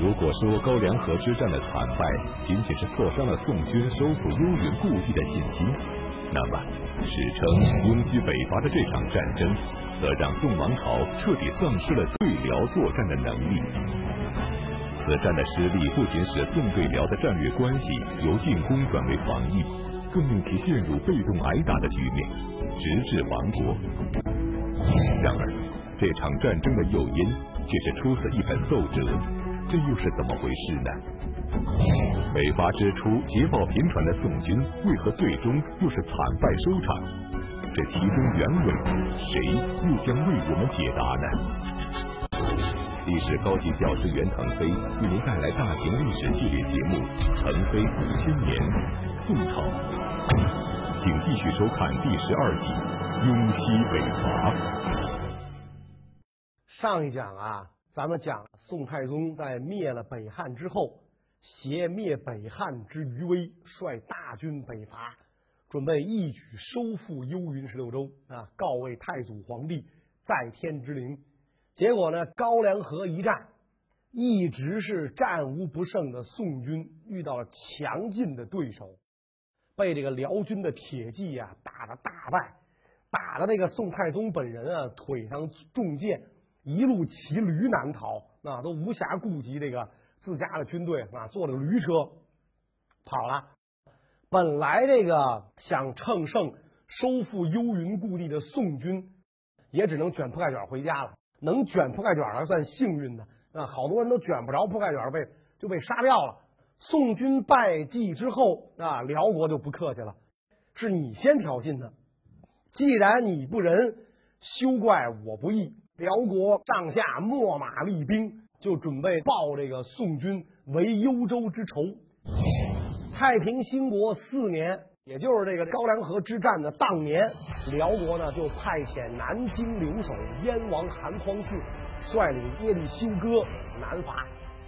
如果说高梁河之战的惨败仅仅是挫伤了宋军收复幽云故地的信心，那么史称雍西北伐的这场战争，则让宋王朝彻底丧失了对辽作战的能力。此战的失利不仅使宋对辽的战略关系由进攻转为防御，更令其陷入被动挨打的局面，直至亡国。然而，这场战争的诱因却是出自一本奏折，这又是怎么回事呢？北伐之初捷报频传的宋军，为何最终又是惨败收场？这其中原委，谁又将为我们解答呢？历史高级教师袁腾飞为您带来大型历史系列节目《腾飞5000年宋朝》，请继续收看第12集《雍西北伐》。 上一讲啊，咱们讲宋太宗在灭了北汉之后，挟灭北汉之余威，率大军北伐，准备一举收复幽云16州啊，告慰太祖皇帝在天之灵。结果呢，高梁河一战，一直是战无不胜的宋军遇到了强劲的对手，被这个辽军的铁骑啊打得大败，打的这个宋太宗本人啊腿上中箭，一路骑驴难逃啊，都无暇顾及这个自家的军队啊，坐着驴车跑了。本来这个想乘胜收复幽云故地的宋军，也只能卷铺盖卷回家了。能卷铺盖卷还算幸运的啊，好多人都卷不着铺盖卷，就被杀掉了。宋军败绩之后啊，辽国就不客气了，是你先挑衅的，既然你不仁，休怪我不义。辽国上下秣马厉兵，就准备报这个宋军为幽州之仇。太平兴国4年，也就是这个高梁河之战的当年，辽国呢就派遣南京留守燕王韩匡嗣率领耶律休哥南伐。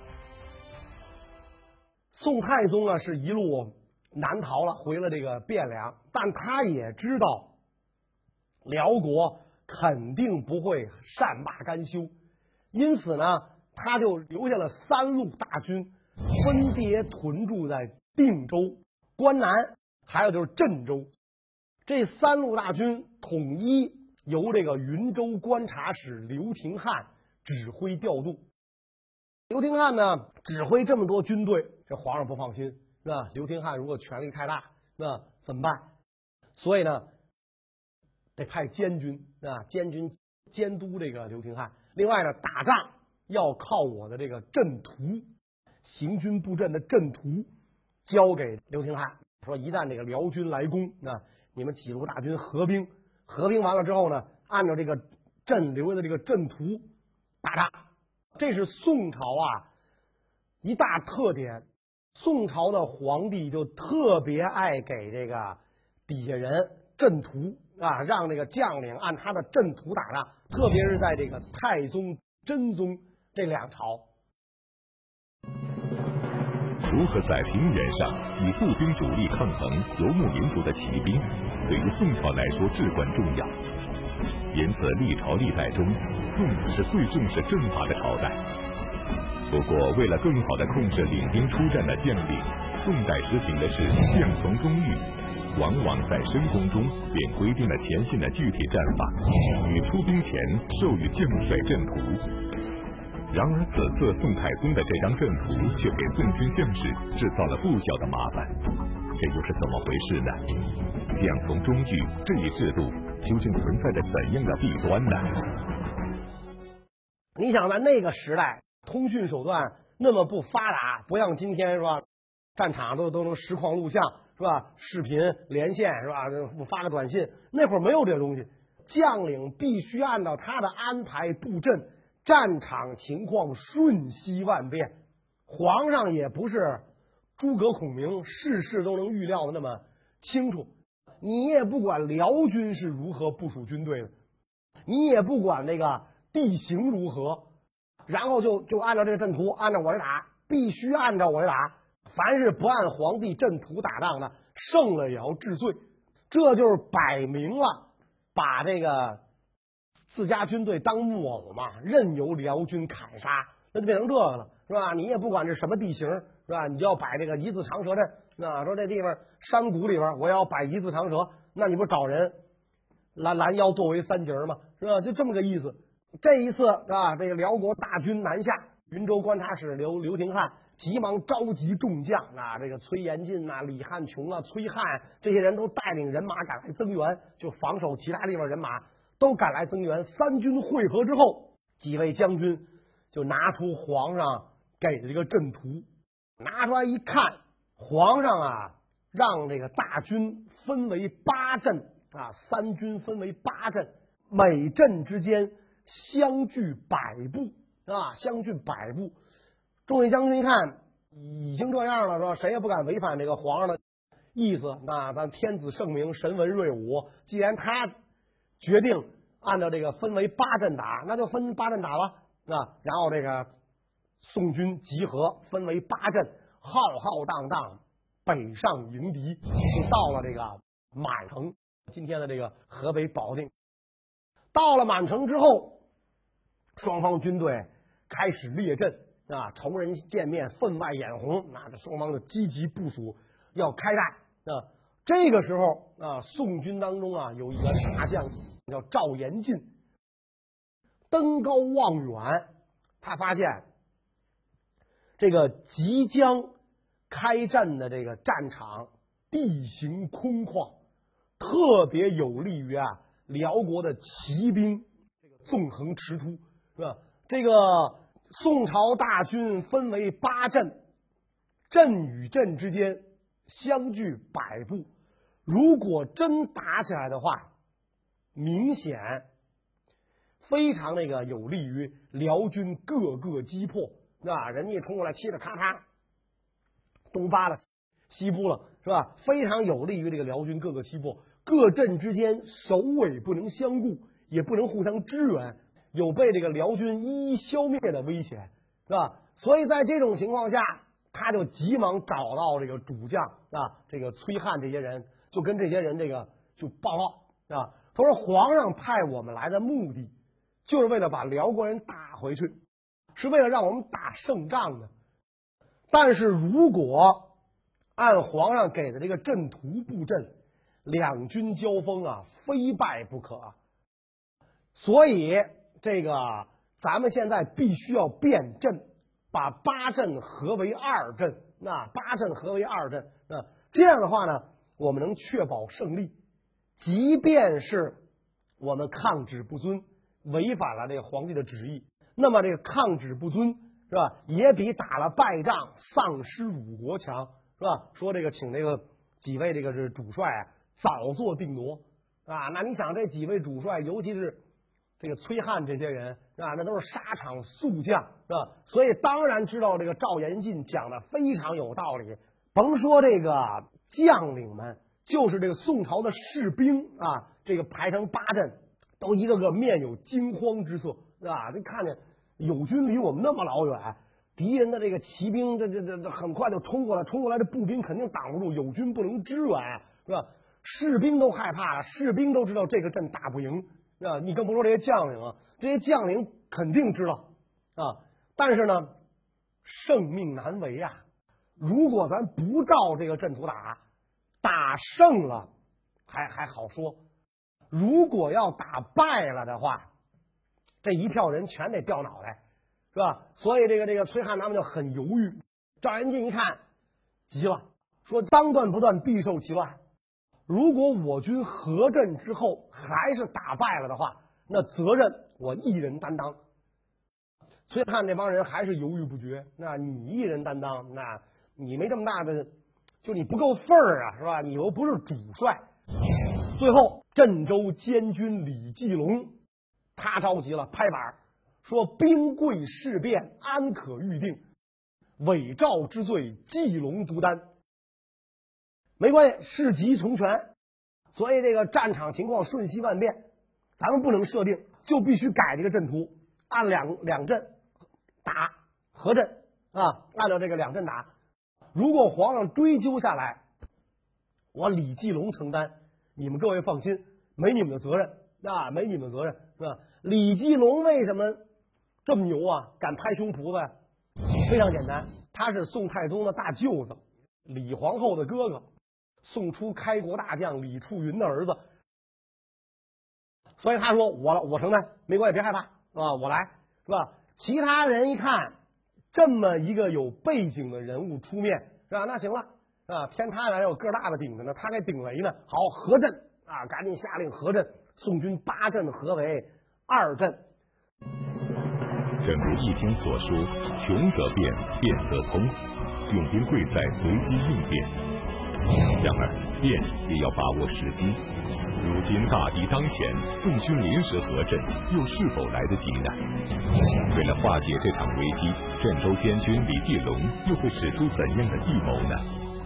宋太宗啊是一路南逃了，回了这个汴梁，但他也知道辽国肯定不会善罢甘休，因此呢，他就留下了3路大军，分别屯驻在定州、关南，还有就是镇州。这3路大军统一由这个云州观察使刘廷翰指挥调度。刘廷翰呢指挥这么多军队，这皇上不放心，那刘廷翰如果权力太大，那怎么办？所以呢，得派监军啊，监军监督这个刘廷翰。另外呢，打仗要靠我的这个阵图，行军布阵的阵图交给刘廷翰，说一旦这个辽军来攻，那你们几路大军合兵完了之后呢，按照这个阵留的这个阵图打仗。这是宋朝啊一大特点，宋朝的皇帝就特别爱给这个底下人阵图啊，让这个将领按他的阵图打仗，特别是在这个太宗、真宗这2朝。 如何在平原上以步兵主力抗衡游牧民族的骑兵，对于宋朝来说至关重要。因此历朝历代中，宋是最重视阵法的朝代。不过为了更好地控制领兵出战的将领，宋代实行的是将从中御，往往在申公中便规定了前线的具体战法，与出兵前授予将帅阵图。然而此次宋太宗的这张阵图却给宋军将士制造了不小的麻烦，这又是怎么回事呢？将从中御这一制度究竟存在着怎样的弊端呢？ 你想在那个时代，通讯手段那么不发达，不像今天是吧？战场都能实况录像是吧？视频连线是吧？发个短信，那会儿没有这东西，将领必须按照他的安排布阵。战场情况瞬息万变，皇上也不是诸葛孔明，事事都能预料的那么清楚。你也不管辽军是如何部署军队的，你也不管那个地形如何，然后就按照这个阵图，按照我来打，必须按照我来打。凡是不按皇帝阵图打仗的，胜了也要治罪。这就是摆明了把这个自家军队当木偶嘛，任由辽军砍杀， 那就变成这个了，是吧？你也不管是什么地形，是吧？你就要摆这个一字长蛇阵，啊，说这地方山谷里边我要摆一字长蛇，那你不找人拦腰作为三节吗？是吧？就这么个意思。这一次啊，这个辽国大军南下，云州观察使刘廷翰急忙召集众将啊，这个崔延进啊、李汉琼啊、崔汉这些人都带领人马赶来增援，就防守其他地方人马都赶来增援。三军会合之后，几位将军就拿出皇上给的这个阵图，拿出来一看，皇上啊让这个大军分为8阵啊，三军分为8阵，每阵之间相距100步啊，相距100步。众位将军一看已经这样了，是吧？谁也不敢违反这个皇上的意思。那咱天子圣明，神文瑞武，既然他决定按照这个分为8阵打，那就分8阵打吧。啊，然后这个宋军集合，分为8阵，浩浩荡荡北上迎敌，就到了这个满城，今天的这个河北保定。到了满城之后，双方军队开始列阵啊，仇人见面分外眼红，那这双方就积极部署要开战啊。这个时候啊，宋军当中啊有一个大将叫赵延进，登高望远，他发现这个即将开战的这个战场地形空旷，特别有利于啊辽国的骑兵这个纵横驰突，是吧？这个宋朝大军分为8阵，阵与阵之间相距100步，如果真打起来的话，明显非常那个有利于辽军各个击破，啊，人家一冲过来，嘁哩咔嚓，东扒了西扑了，是吧？非常有利于这个辽军各个击破。各阵之间首尾不能相顾，也不能互相支援，有被这个辽军一一消灭的危险，是吧？所以在这种情况下，他就急忙找到这个主将啊，这个崔汉这些人，就跟这些人这个就报告啊，他说皇上派我们来的目的，就是为了把辽国人打回去，是为了让我们打胜仗的。但是如果按皇上给的这个阵图布阵，两军交锋啊，非败不可。所以这个咱们现在必须要变阵，把8阵合为2阵，那8阵合为2阵，这样的话呢，我们能确保胜利。即便是我们抗旨不遵，违反了这个皇帝的旨意，那么这个抗旨不遵是吧，也比打了败仗丧失辱国强，是吧？说这个请这个几位这个是主帅啊，早做定夺啊。那你想这几位主帅，尤其是这个崔汉这些人啊，那都是沙场宿将，是吧？所以当然知道这个赵延进讲的非常有道理。甭说这个将领们，就是这个宋朝的士兵啊，这个排成8阵，都一个个面有惊慌之色，是吧？就看见友军离我们那么老远，敌人的这个骑兵这很快就冲过来，这步兵肯定挡不住，友军不能支援，是吧？士兵都害怕了，士兵都知道这个阵打不赢，是吧？你更不说这些将领了，这些将领肯定知道啊。但是呢，胜命难违啊。如果咱不照这个阵图打，打胜了还好说，如果要打败了的话，这一票人全得掉脑袋，是吧？所以这个崔汉他们就很犹豫。赵延进一看急了，说当断不断，必受其乱。如果我军合阵之后还是打败了的话，那责任我一人担当。崔汉这帮人还是犹豫不决。那你一人担当，那你没这么大的，就你不够份儿啊，是吧？你又不是主帅。最后镇州监军李继龙他着急了，拍板说兵贵事变，安可预定？伪诏之罪，继龙独担。没关系，事急从权，所以这个战场情况瞬息万变，咱们不能设定，就必须改这个阵图，按两阵打合阵啊，按照这个2阵打。如果皇上追究下来，我李继龙承担，你们各位放心，没你们的责任啊，没你们的责任，是吧？李继龙为什么这么牛啊，敢拍胸脯子呀？非常简单，他是宋太宗的大舅子，李皇后的哥哥，宋初开国大将李处云的儿子。所以他说我承担，没关系，别害怕啊，我来，是吧？其他人一看这么一个有背景的人物出面，是吧？那行了啊，天塌下来有个大的顶着呢，他给顶雷呢。好，合阵啊，赶紧下令合阵。宋军8阵合为2阵。 正如《易经》所说：“穷则变，变则通。”用兵贵在随机应变。然而，变也要把握时机。如今大敌当前，宋军临时合阵，又是否来得及呢？为了化解这场危机，镇州监军李继龙又会使出怎样的计谋呢？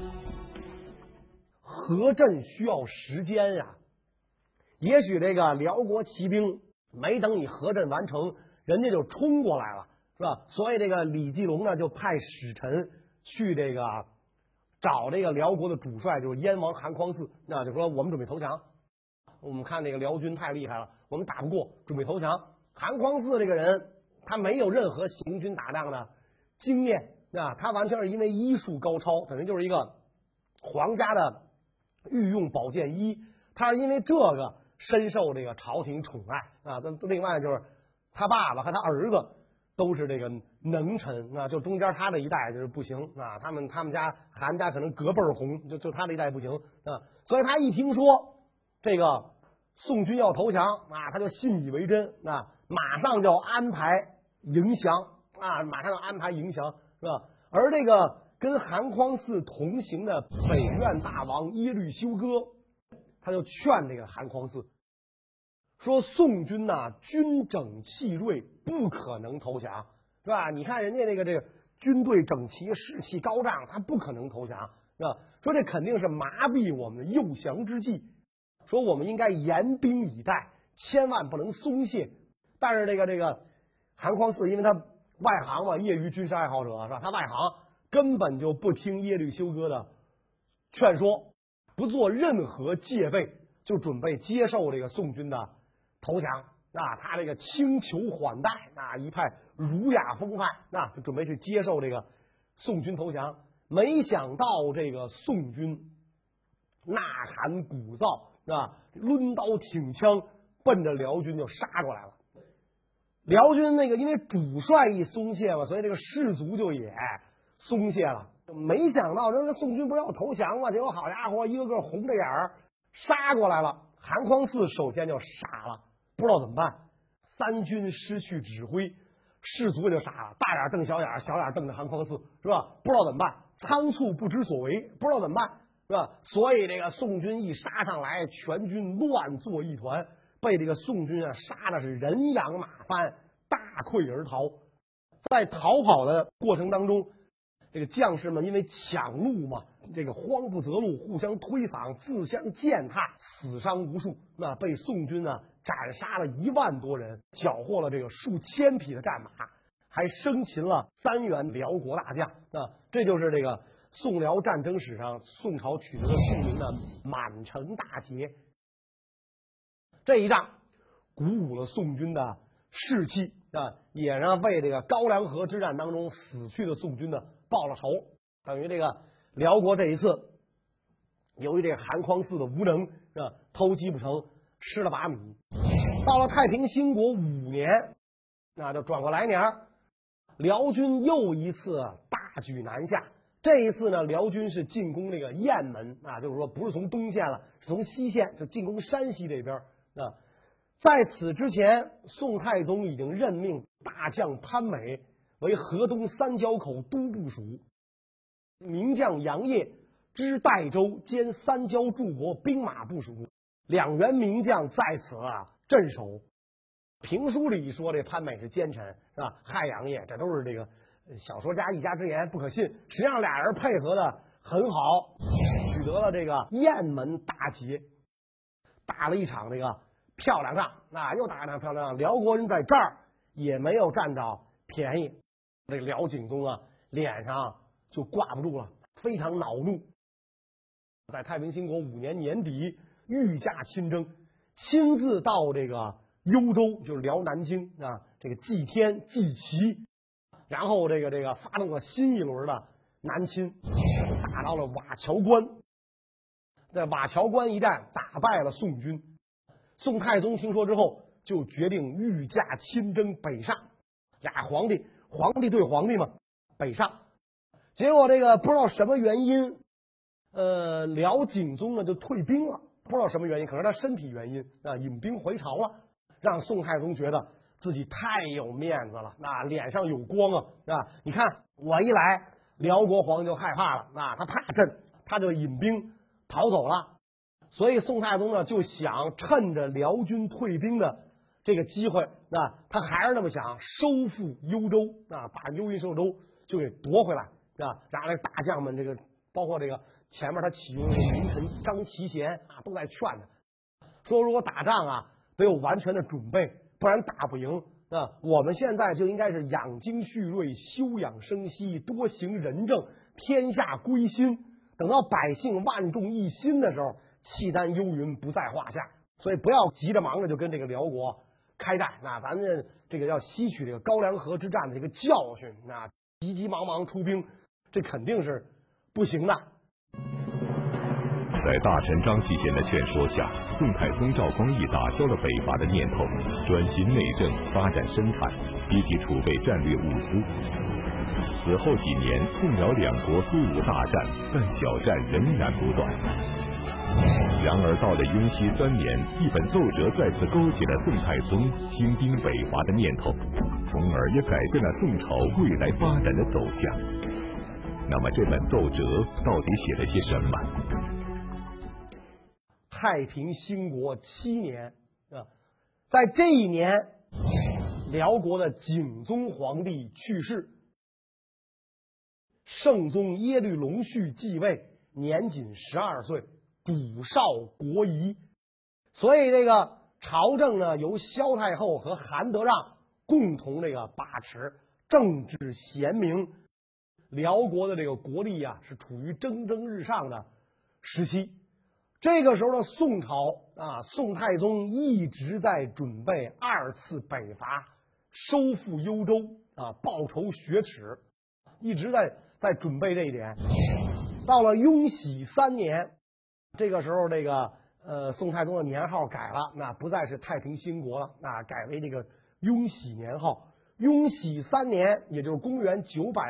合阵需要时间呀，也许这个辽国骑兵没等你合阵完成，人家就冲过来了，是吧？所以这个李继龙呢，就派使臣去这个找这个辽国的主帅，就是燕王韩匡嗣，那就说我们准备投降。我们看那个辽军太厉害了，我们打不过，准备投降。韩匡嗣这个人，他没有任何行军打仗的经验啊，他完全是因为医术高超，等于就是一个皇家的御用保健医。他是因为这个深受这个朝廷宠爱啊。另外就是他爸爸和他儿子都是这个能臣啊，就中间他这一代就是不行啊。他们家韩家可能隔辈儿红，就他这一代不行啊。所以他一听说这个宋军要投降啊，他就信以为真啊，马上就安排迎降啊，马上要安排迎降，是吧？而这个跟韩匡嗣同行的北院大王耶律休哥，他就劝这个韩匡嗣说：“宋军呐，军整气锐，不可能投降，是吧？你看人家这个军队整齐，士气高涨，他不可能投降，是吧？说这肯定是麻痹我们的诱降之计。”说我们应该严兵以待，千万不能松懈。但是这个韩匡嗣，因为他外行嘛，业余军事爱好者是吧？他外行，根本就不听耶律休哥的劝说，不做任何戒备，就准备接受这个宋军的投降啊。他这个轻裘缓带啊，一派儒雅风范啊，就准备去接受这个宋军投降。没想到这个宋军呐喊鼓噪啊，抡刀挺枪，奔着辽军就杀过来了。辽军那个因为主帅一松懈嘛，所以这个士卒就也松懈了。没想到这个宋军不是要投降吗？结果好家伙，一个个红着眼儿杀过来了。韩匡嗣首先就傻了，不知道怎么办。三军失去指挥，士卒也就傻了，大眼瞪小眼，小眼瞪着韩匡嗣，是吧？不知道怎么办，仓促不知所为，不知道怎么办，是吧？所以这个宋军一杀上来，全军乱作一团，被这个宋军啊杀的是人仰马翻，大溃而逃。在逃跑的过程当中，这个将士们因为抢路嘛，这个慌不择路，互相推搡，自相践踏，死伤无数。那被宋军呢斩杀了1万多人，缴获了这个数千匹的战马，还生擒了3员辽国大将。这就是这个宋辽战争史上宋朝取得的著名的满城大捷。这一仗鼓舞了宋军的士气啊，也让为这个高梁河之战当中死去的宋军呢报了仇。等于这个辽国这一次，由于这个韩匡嗣的无能啊，偷鸡不成失了把米。到了太平兴国5年，那就转过来年，辽军又一次大举南下。这一次呢，辽军是进攻这个雁门啊，就是说不是从东线了，是从西线，就进攻山西这边啊。在此之前，宋太宗已经任命大将潘美为河东三交口都部署，名将杨业知代州兼三交诸国兵马部署，2员名将在此镇守。评书里说这潘美是奸臣是吧？害杨业，这都是这个小说家一家之言，不可信。实际上俩人配合的很好，取得了这个雁门大捷，打了一场这个漂亮仗啊，又打一场漂亮仗。辽国人在这儿也没有占着便宜，这个辽景宗啊脸上就挂不住了，非常恼怒。在太平兴国5年年底，御驾亲征，亲自到这个幽州，就是辽南京啊， 这个祭天祭旗，然后这个发动了新一轮的南侵，打到了瓦桥关。在瓦桥关一战打败了宋军，宋太宗听说之后，就决定御驾亲征北上。呀，皇帝对皇帝嘛，北上。结果这个不知道什么原因，辽景宗呢就退兵了，不知道什么原因，可能他身体原因啊，引兵回朝了，让宋太宗觉得自己太有面子了，脸上有光啊！你看我一来，辽国皇帝就害怕了，他怕朕，他就引兵逃走了。所以宋太宗呢就想趁着辽军退兵的这个机会，他还是那么想收复幽州，把幽云寿州就给夺回来，然后这大将们包括这个前面他启用的名臣张齐贤都在劝他，说如果打仗得有完全的准备，不然打不赢。我们现在就应该是养精蓄锐，休养生息，多行仁政，天下归心。等到百姓万众一心的时候，契丹幽云不在话下。所以不要急着忙着就跟这个辽国开战，咱们这个要吸取这个高梁河之战的这个教训，急急忙忙出兵，这肯定是不行的。 在大臣张齐贤的劝说下，宋太宗赵光义打消了北伐的念头，专心内政，发展生产，积极储备战略物资。此后几年，宋辽两国虽无大战，但小战仍然不断。然而到了雍熙3年，一本奏折再次勾起了宋太宗兴兵北伐的念头，从而也改变了宋朝未来发展的走向。那么这本奏折到底写了些什么？ 太平兴国7年在这一年，辽国的景宗皇帝去世，圣宗耶律隆绪继位，年仅12岁，主少国疑。所以这个朝政呢，由萧太后和韩德让共同把持，政治贤明，辽国的这个国力是处于蒸蒸日上的时期。这个时候的宋朝宋太宗一直在准备2次北伐，收复幽州报仇雪耻，一直在准备这一点。到了雍熙3年，这个时候宋太宗的年号改了，不再是太平兴国了，改为这个雍熙年号。雍熙3年，也就是公元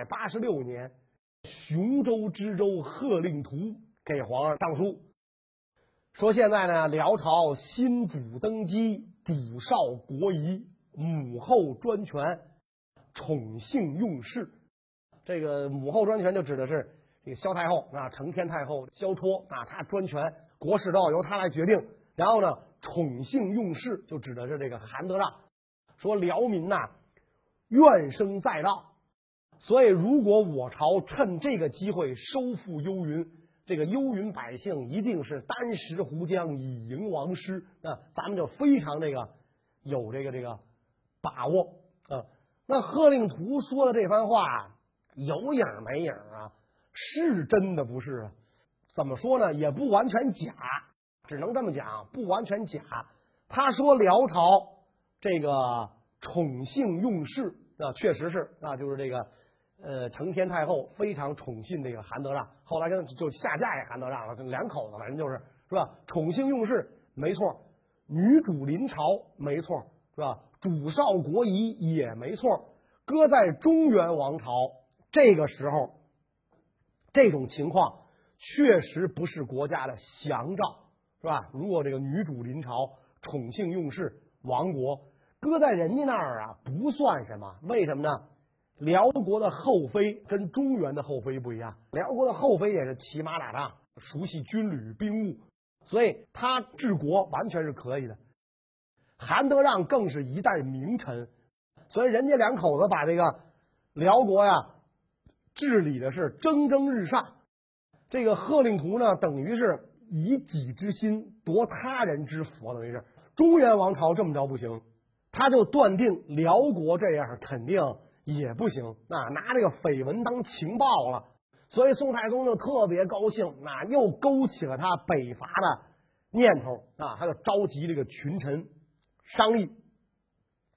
986年，雄州知州贺令图给皇上上书，说现在呢，辽朝新主登基，主少国疑，母后专权，宠幸用事。这个母后专权就指的是这个萧太后承天太后萧绰她专权，国事都要由她来决定。然后呢，宠幸用事就指的是这个韩德让，说辽民怨声载道，所以如果我朝趁这个机会收复幽云，这个幽云百姓一定是丹石湖江，以迎王师。咱们就非常有这个把握那贺令图说的这番话有影没影是真的不是怎么说呢？也不完全假，只能这么讲，不完全假。他说辽朝这个宠幸用事确实是就是这个承天太后非常宠信这个韩德让，后来就下嫁给韩德让了，两口子反正是吧？宠幸用事没错，女主临朝没错，是吧？主少国疑也没错。搁在中原王朝这个时候，这种情况确实不是国家的祥兆，是吧？如果这个女主临朝，宠幸用事，亡国，搁在人家那儿不算什么。为什么呢？辽国的后妃跟中原的后妃不一样，辽国的后妃也是骑马打仗，熟悉军旅兵务，所以他治国完全是可以的。韩德让更是一代名臣，所以人家两口子把这个辽国治理的是蒸蒸日上。这个贺令图呢，等于是以己之心夺他人之福，等于是中原王朝这么着不行，他就断定辽国这样肯定也不行，拿这个绯闻当情报了。所以宋太宗就特别高兴，又勾起了他北伐的念头他就召集这个群臣商议，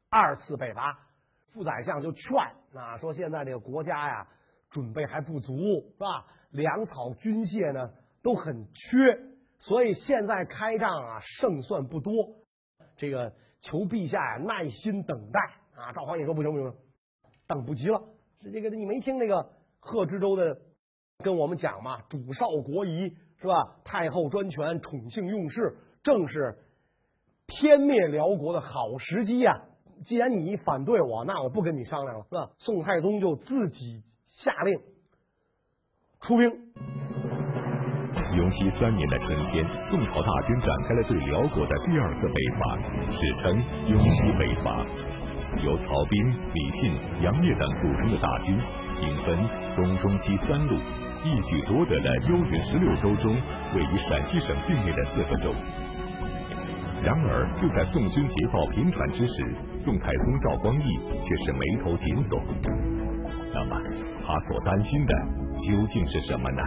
2次北伐。副宰相就劝啊，说现在这个国家呀，准备还不足，是吧？粮草军械呢都很缺，所以现在开仗啊胜算不多。这个求陛下呀耐心等待啊。赵匡胤说不行不行，等不及了。这个你没听那个贺知州的跟我们讲嘛，主少国疑是吧？太后专权，宠幸用事，正是天灭辽国的好时机呀。既然你反对我，那我不跟你商量了，是吧？宋太宗就自己下令出兵。 雍熙3年的春天，宋朝大军展开了对辽国的第2次北伐，史称雍熙北伐。由曹彬、李信、杨业等组成的大军，兵分东中西3路，一举夺得了幽云16州中位于陕西省境内的4个州。然而，就在宋军捷报频传之时，宋太宗赵光义却是眉头紧锁。那么，他所担心的究竟是什么呢？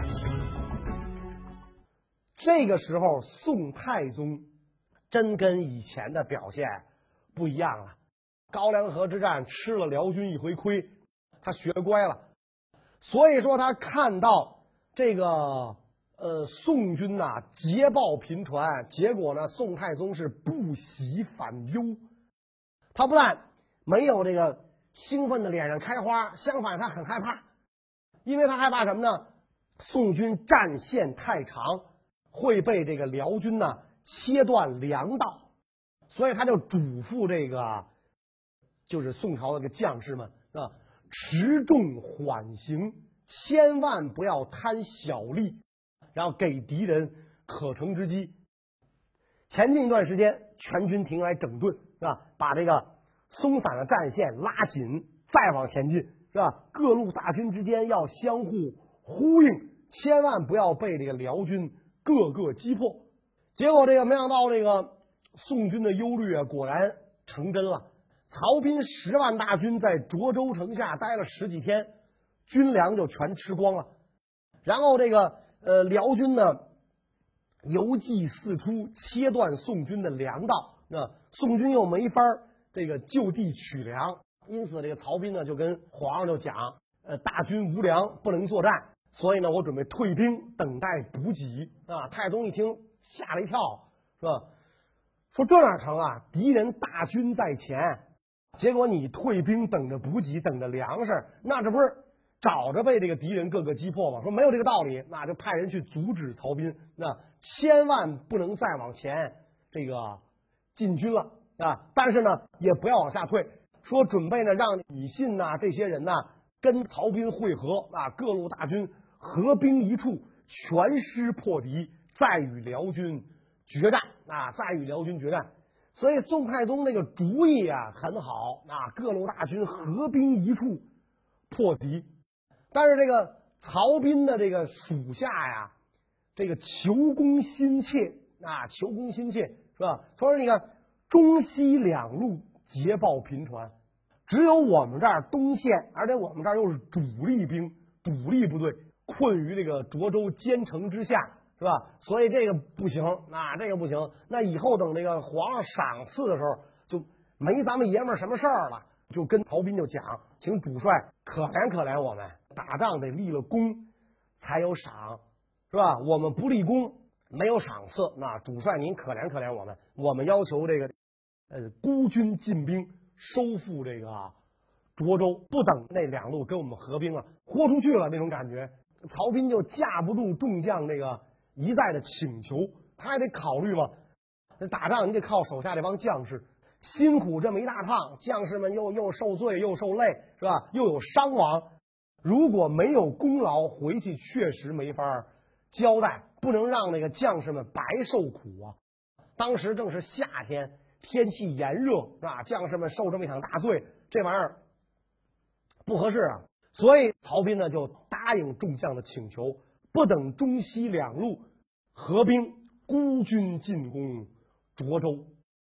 这个时候，宋太宗真跟以前的表现不一样了。高梁河之战吃了辽军一回亏，他学乖了，所以说他看到这个宋军呐捷报频传，结果呢，宋太宗是不喜反忧。他不但没有这个兴奋的脸上开花，相反他很害怕，因为他害怕什么呢？宋军战线太长，会被这个辽军呢切断粮道，所以他就嘱咐这个就是宋朝的这个将士们啊，持重缓行，千万不要贪小利，然后给敌人可乘之机。前进一段时间，全军停来整顿，是吧？把这个松散的战线拉紧，再往前进，是吧？各路大军之间要相互呼应，千万不要被这个辽军各个击破。结果这个没想到，这个宋军的忧虑啊，果然成真了。曹彬10万大军在涿州城下待了10几天，军粮就全吃光了。然后这个辽军呢游击四出，切断宋军的粮道，宋军又没法这个就地取粮，因此这个曹彬呢就跟皇上就讲，大军无粮，不能作战，所以呢我准备退兵，等待补给啊。太宗一听吓了一跳，是吧？说这哪成啊？敌人大军在前，结果你退兵等着补给，等着粮食，那这不是找着被这个敌人各个击破吗？说没有这个道理，那就派人去阻止曹彬，那千万不能再往前这个进军了啊！但是呢，也不要往下退。说准备呢让李信呐这些人呐跟曹彬会合啊，各路大军合兵一处，全师破敌，再与辽军决战啊！再与辽军决战。所以宋太宗那个主意啊很好啊，各路大军合兵一处破敌。但是这个曹彬的这个属下呀，这个求功心切啊，求功心切是吧？说你看中西两路捷报频传，只有我们这儿东线，而且我们这儿又是主力兵、主力部队，困于这个涿州坚城之下，是吧？所以这个不行啊，这个不行。那以后等这个皇上赏赐的时候，就没咱们爷们儿什么事儿了。就跟曹彬就讲，请主帅可怜可怜我们，打仗得立了功才有赏，是吧？我们不立功没有赏赐，那主帅您可怜可怜我们。我们要求这个孤军进兵，收复这个涿州，不等那两路跟我们合兵了，豁出去了那种感觉。曹彬就架不住众将这个一再的请求，他也得考虑嘛，打仗你得靠手下这帮将士。辛苦这么一大趟，将士们又受罪又受累，是吧？又有伤亡，如果没有功劳，回去确实没法交代，不能让那个将士们白受苦啊。当时正是夏天，天气炎热，是吧？将士们受这么一场大罪，这玩意儿不合适啊。所以曹彬呢就答应众将的请求，不等中西两路合兵，孤军进攻涿州。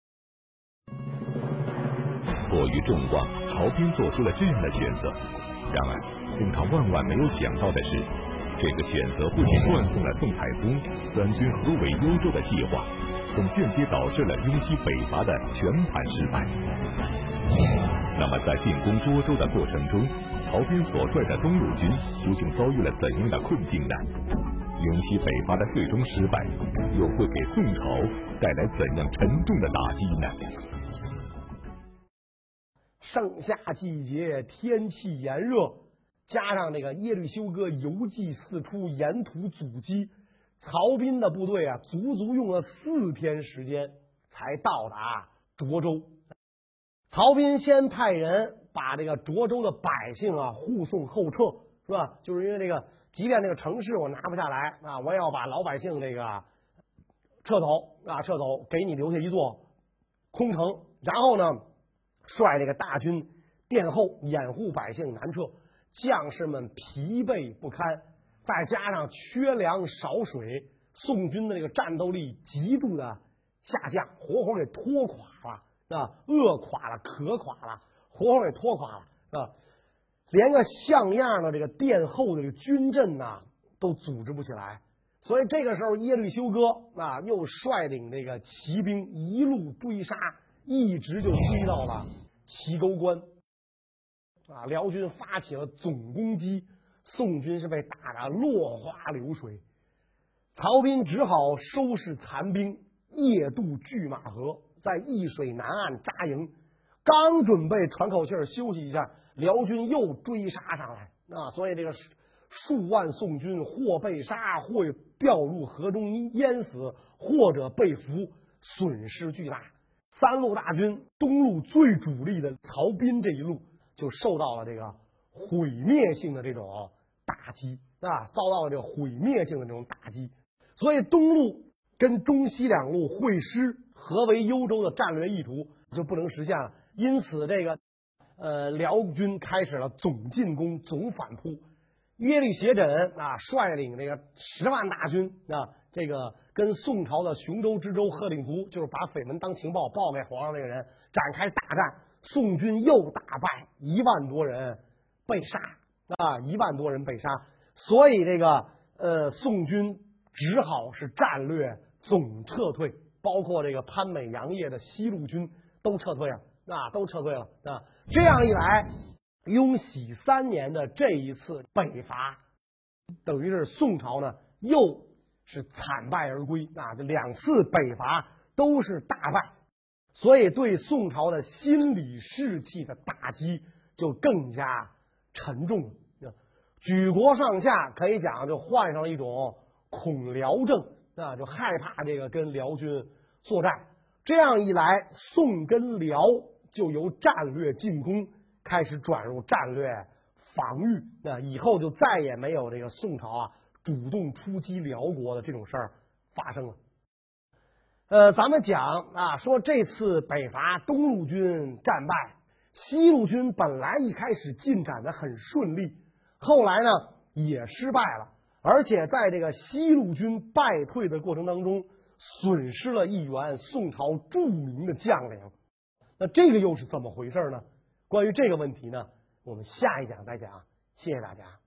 迫于众望，曹彬做出了这样的选择。然而，令他万万没有想到的是，这个选择不仅断送了宋太宗三军合围幽州的计划，更间接导致了雍熙北伐的全盘失败。 那么，在进攻涿州的过程中，曹彬所率的东路军究竟遭遇了怎样的困境呢？雍西北伐的最终失败，又会给宋朝带来怎样沉重的打击呢？ 盛夏季节，天气炎热，加上这个耶律休哥游记四出，沿途阻击，曹彬的部队啊，足足用了4天时间才到达涿州。曹彬先派人把这个涿州的百姓啊护送后撤，是吧？就是因为这个，即便这个城市我拿不下来啊，我也要把老百姓这个撤走，给你留下一座空城。然后呢，率这个大军殿后，掩护百姓南撤。将士们疲惫不堪，再加上缺粮少水，宋军的这个战斗力极度的下降，活活给拖垮了。饿垮了，渴垮了，活活给拖垮了连个像样的这个殿后的这个军阵呐都组织不起来。所以这个时候，耶律休哥又率领这个骑兵一路追杀，一直就追到了齐沟关辽军发起了总攻击，宋军是被打得落花流水。曹彬只好收拾残兵，夜渡拒马河，在易水南岸扎营，刚准备喘口气儿休息一下，辽军又追杀上来所以这个数万宋军或被杀，或掉入河中淹死，或者被俘，损失巨大。3路大军东路最主力的曹彬这一路就受到了这个毁灭性的这种打击遭到了这个毁灭性的这种打击。所以东路跟中西2路会师，合围幽州的战略意图就不能实现了。因此这个辽军开始了总进攻、总反扑。耶律斜轸率领这个10万大军这个跟宋朝的雄州、知州贺令图，就是把绯闻当情报报给皇上那个人，展开大战。宋军又大败，1万多人被杀1万多人被杀。所以这个宋军只好是战略总撤退，包括这个潘美、杨业的西路军都撤退了这样一来，雍熙3年的这一次北伐，等于是宋朝呢又是惨败而归这2次北伐都是大败，所以对宋朝的心理士气的打击就更加沉重了。举国上下可以讲就患上了一种恐辽症就害怕这个跟辽军作战。这样一来，宋跟辽就由战略进攻开始转入战略防御以后就再也没有这个宋朝主动出击辽国的这种事儿发生了。咱们讲说这次北伐东路军战败，西路军本来一开始进展的很顺利，后来呢也失败了，而且在这个西路军败退的过程当中，损失了1员宋朝著名的将领。那这个又是怎么回事呢？关于这个问题呢，我们下一讲再讲。谢谢大家。